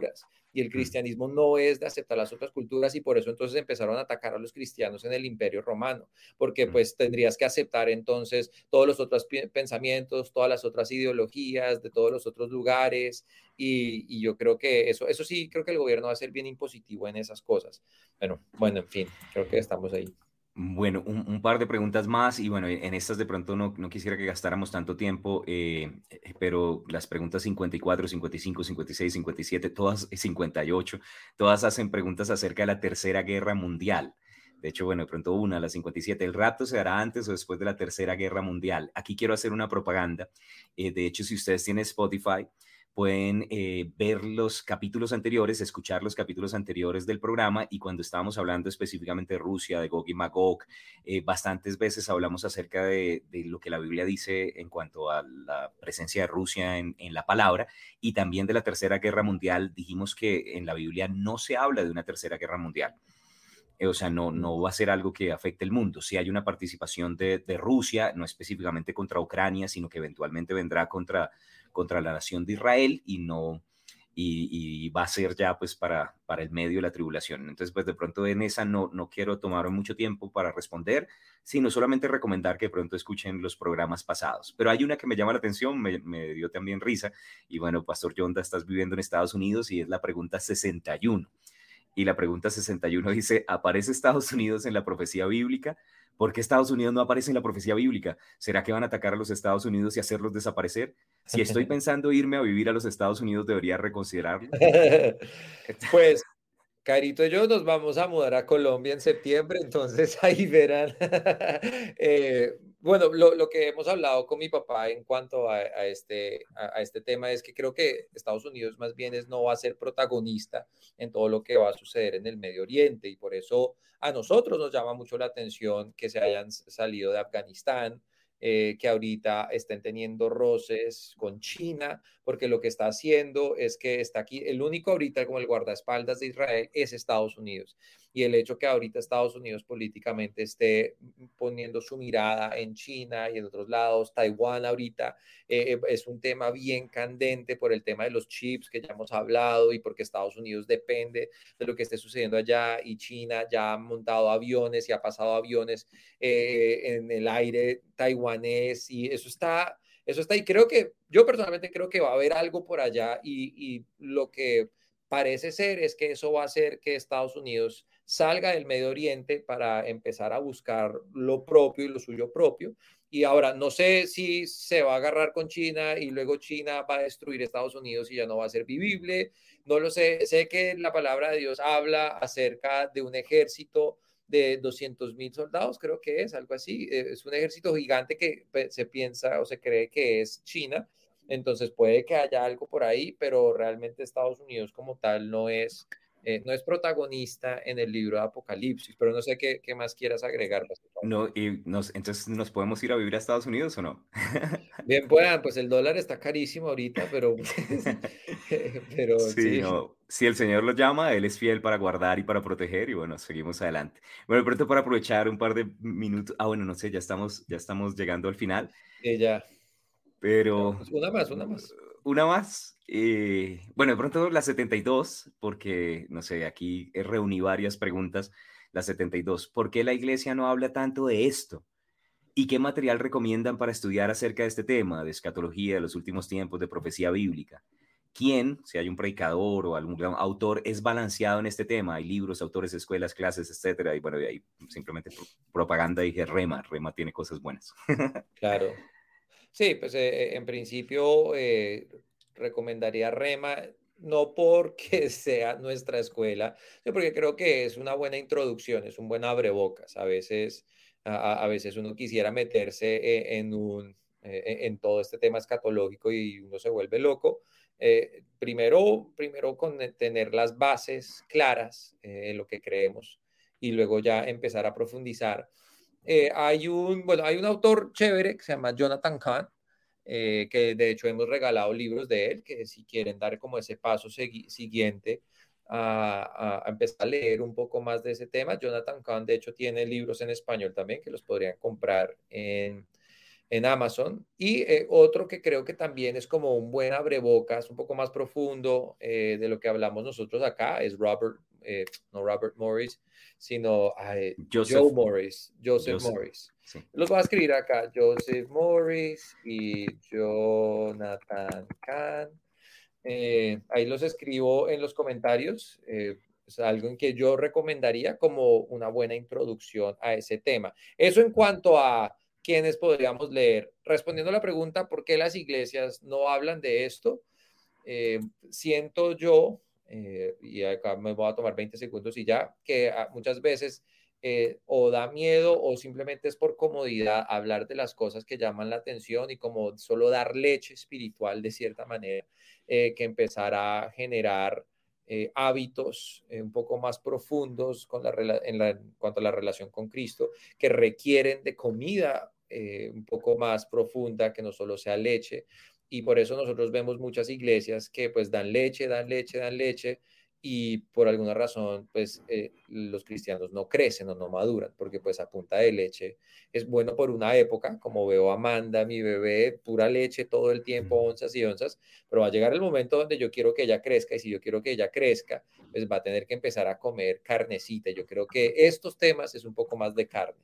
[SPEAKER 1] y el cristianismo no es de aceptar las otras culturas, y por eso entonces empezaron a atacar a los cristianos en el Imperio Romano, porque pues tendrías que aceptar entonces todos los otros pensamientos, todas las otras ideologías de todos los otros lugares, y, y yo creo que eso, eso sí, creo que el gobierno va a ser bien impositivo en esas cosas. Bueno, bueno, en fin, creo que estamos ahí.
[SPEAKER 2] Bueno, un, un par de preguntas más y bueno, en estas de pronto no, no quisiera que gastáramos tanto tiempo, eh, eh, pero las preguntas cincuenta y cuatro, cincuenta y cinco, cincuenta y seis, cincuenta y siete, todas eh, cincuenta y ocho, todas hacen preguntas acerca de la Tercera Guerra Mundial. De hecho, bueno, de pronto una, la cincuenta y siete, ¿el rapto se dará antes o después de la Tercera Guerra Mundial? Aquí quiero hacer una propaganda. Eh, de hecho, si ustedes tienen Spotify, pueden eh, ver los capítulos anteriores, escuchar los capítulos anteriores del programa, y cuando estábamos hablando específicamente de Rusia, de Gog y Magog, eh, bastantes veces hablamos acerca de, de, lo que la Biblia dice en cuanto a la presencia de Rusia en, en la palabra, y también de la Tercera Guerra Mundial. Dijimos que en la Biblia no se habla de una Tercera Guerra Mundial. O sea, no, no va a ser algo que afecte el mundo. Si hay una participación de, de Rusia, no específicamente contra Ucrania, sino que eventualmente vendrá contra, contra la nación de Israel, y no y, y va a ser ya pues para, para el medio de la tribulación. Entonces, pues de pronto en esa no, no quiero tomar mucho tiempo para responder, sino solamente recomendar que de pronto escuchen los programas pasados. Pero hay una que me llama la atención, me, me dio también risa, y bueno, Pastor Yonda, estás viviendo en Estados Unidos, y es la pregunta sesenta y uno. Y la pregunta sesenta y uno dice, ¿aparece Estados Unidos en la profecía bíblica? ¿Por qué Estados Unidos no aparece en la profecía bíblica? ¿Será que van a atacar a los Estados Unidos y hacerlos desaparecer? Si estoy pensando irme a vivir a los Estados Unidos, ¿debería reconsiderarlo?
[SPEAKER 1] Pues Carito y yo nos vamos a mudar a Colombia en septiembre, entonces ahí verán. eh, bueno, lo, lo, que hemos hablado con mi papá en cuanto a, a, este, a, a este tema es que creo que Estados Unidos más bien es, no va a ser protagonista en todo lo que va a suceder en el Medio Oriente, y por eso a nosotros nos llama mucho la atención que se hayan salido de Afganistán, eh, que ahorita estén teniendo roces con China, porque lo que está haciendo es que está aquí, el único ahorita como el guardaespaldas de Israel es Estados Unidos, y el hecho que ahorita Estados Unidos políticamente esté poniendo su mirada en China y en otros lados, Taiwán ahorita eh, es un tema bien candente por el tema de los chips que ya hemos hablado, y porque Estados Unidos depende de lo que esté sucediendo allá, y China ya ha montado aviones y ha pasado aviones eh, en el aire taiwanés, y eso está eso está ahí. Creo que, yo personalmente creo que va a haber algo por allá, y, y lo que parece ser es que eso va a hacer que Estados Unidos salga del Medio Oriente para empezar a buscar lo propio y lo suyo propio. Y ahora, no sé si se va a agarrar con China y luego China va a destruir Estados Unidos y ya no va a ser vivible. No lo sé. Sé que la palabra de Dios habla acerca de un ejército de doscientos mil soldados, creo que es algo así. Es un ejército gigante que se piensa o se cree que es China. Entonces puede que haya algo por ahí, pero realmente Estados Unidos como tal no es, eh, no es protagonista en el libro de Apocalipsis. Pero no sé qué, qué más quieras agregar.
[SPEAKER 2] No, y nos, entonces, ¿nos podemos ir a vivir a Estados Unidos o no?
[SPEAKER 1] Bien puedan, pues el dólar está carísimo ahorita, pero, pero
[SPEAKER 2] Sí,
[SPEAKER 1] sí.
[SPEAKER 2] no. Si el Señor lo llama, Él es fiel para guardar y para proteger, y bueno, seguimos adelante. Bueno, de pronto para aprovechar un par de minutos, ah, bueno, no sé, ya estamos, ya estamos llegando al final,
[SPEAKER 1] Sí, ya, ya,
[SPEAKER 2] pero
[SPEAKER 1] pues una más, una más.
[SPEAKER 2] una más. Eh, bueno, de pronto la setenta y dos, porque, no sé, aquí reuní varias preguntas. La setenta y dos, ¿por qué la iglesia no habla tanto de esto? ¿Y qué material recomiendan para estudiar acerca de este tema, de escatología de los últimos tiempos, de profecía bíblica? ¿Quién, si hay un predicador o algún gran autor, es balanceado en este tema? Hay libros, autores, escuelas, clases, etcétera. Y bueno, y ahí simplemente pro- propaganda, dije Rema. Rema tiene cosas buenas.
[SPEAKER 1] Claro. Sí, pues eh, en principio eh, recomendaría Rema, no porque sea nuestra escuela, sino porque creo que es una buena introducción, es un buen abrebocas. A veces, a, a- a veces uno quisiera meterse eh, en un, eh, en todo este tema escatológico y uno se vuelve loco. Eh, primero, primero con tener las bases claras eh, en lo que creemos, y luego ya empezar a profundizar. Eh, hay un, bueno, hay un autor chévere que se llama Jonathan Cahn, eh, que de hecho hemos regalado libros de él, que si quieren dar como ese paso segui- siguiente a, a- a empezar a leer un poco más de ese tema. Jonathan Cahn de hecho tiene libros en español también que los podrían comprar en, en Amazon. Y eh, otro que creo que también es como un buen abrebocas, un poco más profundo eh, de lo que hablamos nosotros acá, es Robert, eh, no Robert Morris, sino eh, Joe
[SPEAKER 2] Joseph,
[SPEAKER 1] Morris, Joseph
[SPEAKER 2] Joseph,
[SPEAKER 1] Morris.
[SPEAKER 2] sí.
[SPEAKER 1] Los voy a escribir acá, Joseph Morris y Jonathan Kahn. Eh, ahí los escribo en los comentarios. Eh, es algo en que yo recomendaría como una buena introducción a ese tema. Eso en cuanto a quienes podríamos leer. Respondiendo a la pregunta, ¿por qué las iglesias no hablan de esto? Eh, siento yo, eh, y acá me voy a tomar veinte segundos y ya, que muchas veces eh, o da miedo o simplemente es por comodidad hablar de las cosas que llaman la atención y como solo dar leche espiritual de cierta manera, eh, que empezar a generar eh, hábitos eh, un poco más profundos con la, en, la, en cuanto a la relación con Cristo, que requieren de comida eh, un poco más profunda, que no solo sea leche. Y por eso nosotros vemos muchas iglesias que pues dan leche, dan leche, dan leche, y por alguna razón pues eh, los cristianos no crecen o no maduran, porque pues a punta de leche es bueno por una época, como veo a Amanda, mi bebé, pura leche todo el tiempo, onzas y onzas, pero va a llegar el momento donde yo quiero que ella crezca, y si yo quiero que ella crezca, pues va a tener que empezar a comer carnecita. Yo creo que estos temas es un poco más de carne.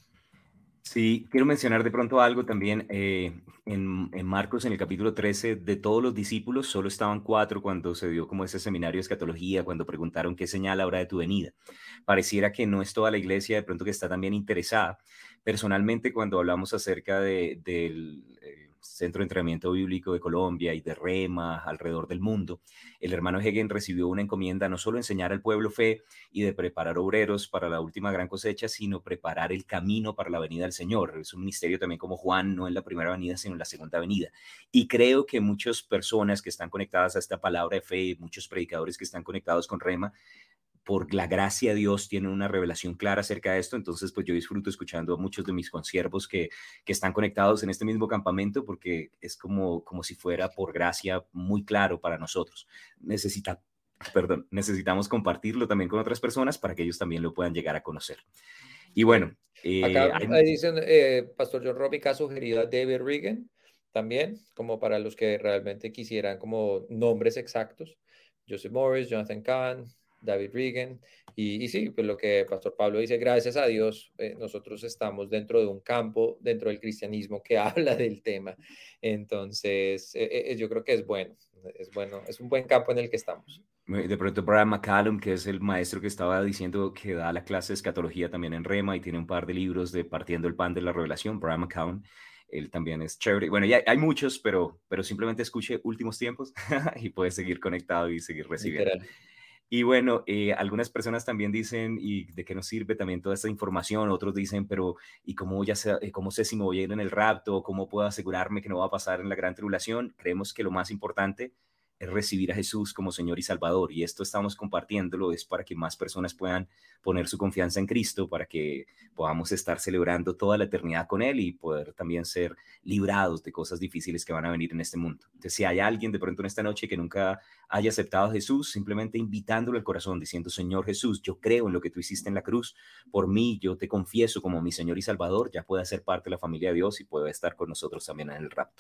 [SPEAKER 2] Sí, quiero mencionar de pronto algo también. Eh, en, en Marcos, en el capítulo trece, de todos los discípulos, solo estaban cuatro cuando se dio como ese seminario de escatología, cuando preguntaron qué señal habrá de tu venida. Pareciera que no es toda la iglesia de pronto que está también interesada. Personalmente, cuando hablamos acerca de, del eh, Centro de Entrenamiento Bíblico de Colombia y de Rema alrededor del mundo, el hermano Hegen recibió una encomienda no solo enseñar al pueblo fe y de preparar obreros para la última gran cosecha, sino preparar el camino para la venida del Señor. Es un ministerio también como Juan, no en la primera venida, sino en la segunda venida. Y creo que muchas personas que están conectadas a esta palabra de fe, muchos predicadores que están conectados con Rema, por la gracia de Dios tienen una revelación clara acerca de esto. Entonces, pues yo disfruto escuchando a muchos de mis consiervos que, que están conectados en este mismo campamento, porque es como, como si fuera por gracia muy claro para nosotros. Necesita, perdón, necesitamos compartirlo también con otras personas para que ellos también lo puedan llegar a conocer. Y bueno, eh,
[SPEAKER 1] acá
[SPEAKER 2] hay...
[SPEAKER 1] ahí dicen, eh, Pastor John Robic ha sugerido a David Reagan también, como para los que realmente quisieran como nombres exactos. Joseph Morris, Jonathan Kahn, David Reagan. Y, y sí, pues lo que Pastor Pablo dice, gracias a Dios, eh, nosotros estamos dentro de un campo, dentro del cristianismo que habla del tema. Entonces, eh, eh, yo creo que es bueno, es bueno, es un buen campo en el que estamos.
[SPEAKER 2] De pronto Brian McCallum, que es el maestro que estaba diciendo que da la clase de escatología también en Rema y tiene un par de libros de Partiendo el Pan de la Revelación, Brian McCallum, él también es chévere. Bueno, ya hay muchos, pero, pero simplemente escuche Últimos Tiempos y puede seguir conectado y seguir recibiendo.
[SPEAKER 1] Literal.
[SPEAKER 2] Y bueno, eh, algunas personas también dicen, ¿y de qué nos sirve también toda esta información? Otros dicen, pero ¿y cómo, ya sé, cómo sé si me voy a ir en el rapto? ¿Cómo puedo asegurarme que no va a pasar en la gran tribulación? Creemos que lo más importante es recibir a Jesús como Señor y Salvador. Y esto estamos compartiéndolo, es para que más personas puedan poner su confianza en Cristo, para que podamos estar celebrando toda la eternidad con Él y poder también ser librados de cosas difíciles que van a venir en este mundo. Entonces, si hay alguien de pronto en esta noche que nunca haya aceptado a Jesús, simplemente invitándolo al corazón, diciendo, Señor Jesús, yo creo en lo que tú hiciste en la cruz, por mí yo te confieso como mi Señor y Salvador, ya pueda ser parte de la familia de Dios y pueda estar con nosotros también en el rapto.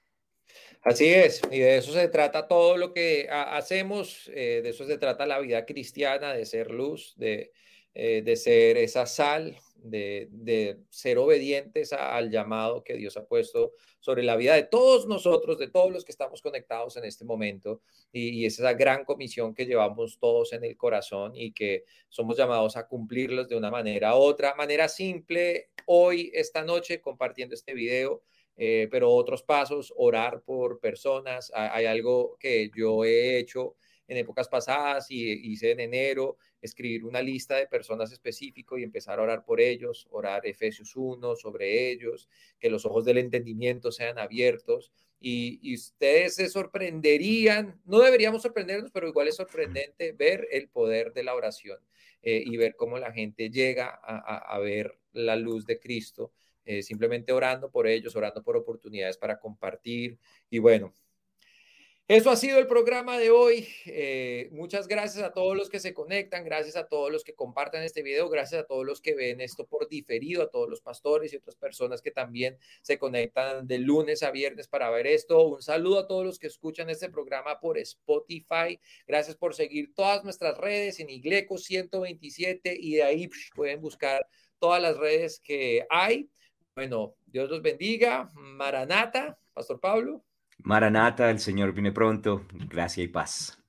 [SPEAKER 1] Así es, y de eso se trata todo lo que ha hacemos, eh, de eso se trata la vida cristiana, de ser luz, de, eh, de ser esa sal, de, de ser obedientes a, al llamado que Dios ha puesto sobre la vida de todos nosotros, de todos los que estamos conectados en este momento, y, y es esa gran comisión que llevamos todos en el corazón y que somos llamados a cumplirlos de una manera u otra, manera simple, hoy, esta noche, compartiendo este video. Eh, pero otros pasos, orar por personas. Hay algo que yo he hecho en épocas pasadas y hice en enero, escribir una lista de personas específicas y empezar a orar por ellos, orar Efesios uno sobre ellos, que los ojos del entendimiento sean abiertos. Y, y ustedes se sorprenderían, no deberíamos sorprendernos, pero igual es sorprendente ver el poder de la oración eh, y ver cómo la gente llega a, a, a ver la luz de Cristo. Eh, simplemente orando por ellos, orando por oportunidades para compartir. Y bueno, Eso ha sido el programa de hoy. Eh, muchas gracias a todos los que se conectan, gracias a todos los que compartan este video, gracias a todos los que ven esto por diferido, a todos los pastores y otras personas que también se conectan de lunes a viernes para ver esto. Un saludo a todos los que escuchan este programa por Spotify. Gracias por seguir todas nuestras redes en Igleco ciento veintisiete y de ahí psh, pueden buscar todas las redes que hay. Bueno, Dios los bendiga. Maranata, Pastor Pablo.
[SPEAKER 2] Maranata, el Señor viene pronto. Gracia y paz.